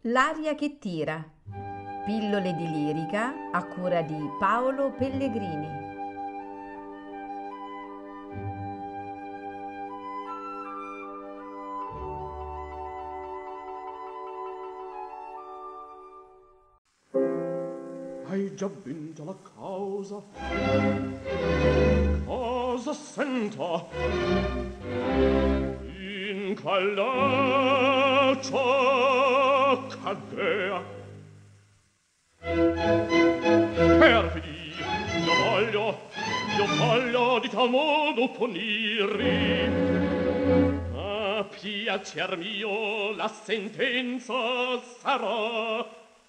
L'aria che tira. Pillole di lirica a cura di Paolo Pellegrini. Hai già vinto la causa? Cosa senta? In callaccio cadea. Perfidi, io voglio di tal modo punirri. A piacer mio la sentenza sarà.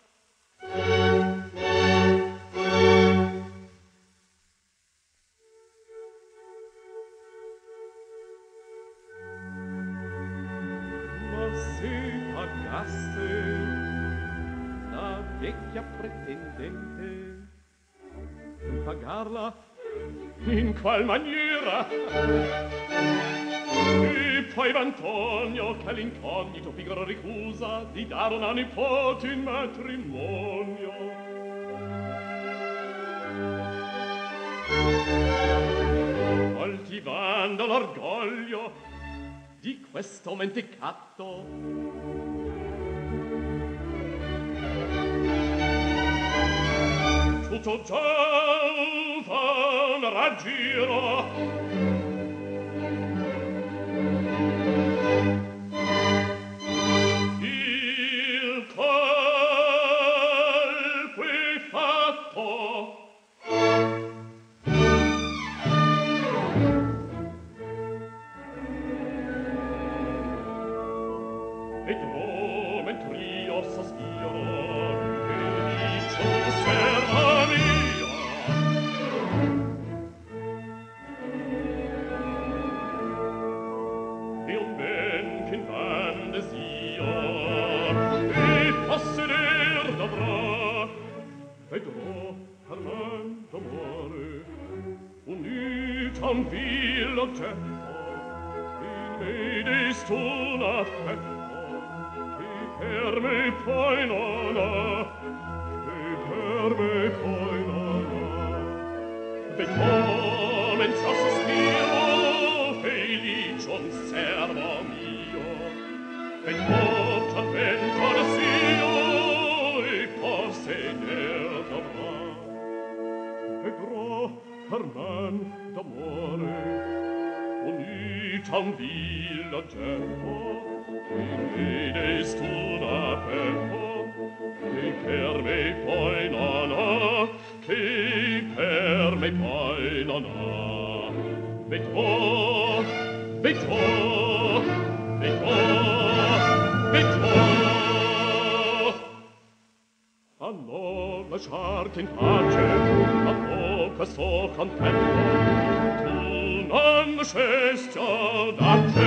La vecchia pretendente per pagarla in qual maniera? E poi V'Antonio che all'incognito pigro ricusa di dare una nipote in matrimonio. Coltivando l'orgoglio di questo mentecato, tutto giova un raggiro. Il colpo è fatto. E tu, mentre io sospiro, che dice serva mia. E un ben che in van desio e posseder dovrà, vedrò parlando d'amore unita a un vil oggetto in me desto un affetto per me poi non ha, che per me poi non ha. Vedrò mentre sospiro, felice un servo mio. Vedrò che vento desio e posseder dovrà. Vedrò per man d'amore unita a un vil oggetto in me destuna aperto, che per me poi non ha, che per me poi non ha. Vedrò, vedrò, vedrò, vedrò. A non lasciarti in pace, a no questo contento, tu non scesti audace,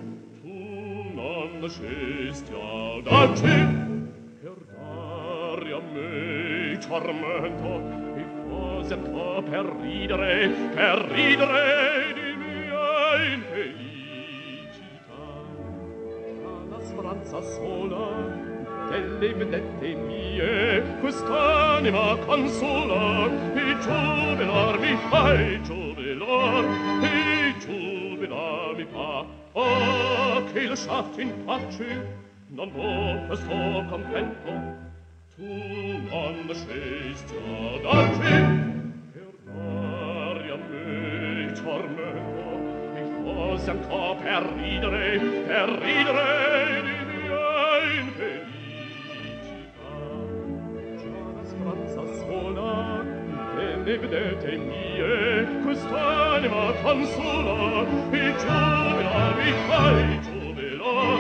scesti audace per dare a me tormento e cose ancora per ridere di mia infelicità. Alla speranza sola delle vedette mie quest'anima consola e giubilar mi fai giubilar e giubilar mi fa. Oh, che lasciate in pace, non vo questo contento, tu non scesti audace per dare a me il tormento e cose ancora per ridere di mia infelicità. Già la speranza suona delle vedete mie quest'anima consola e giubilar mi fai giubilar,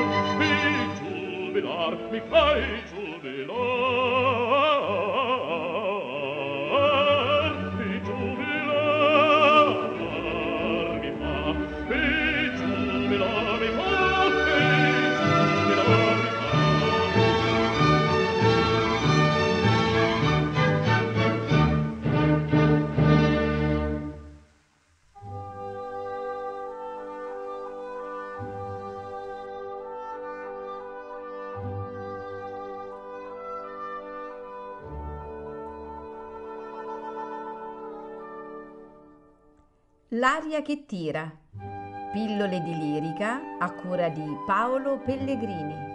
mi fai giubilar, mi giubilar, mi fa, mi giubilar, mi fa, mi giubilar, mi fa. L'aria che tira. Pillole di lirica a cura di Paolo Pellegrini.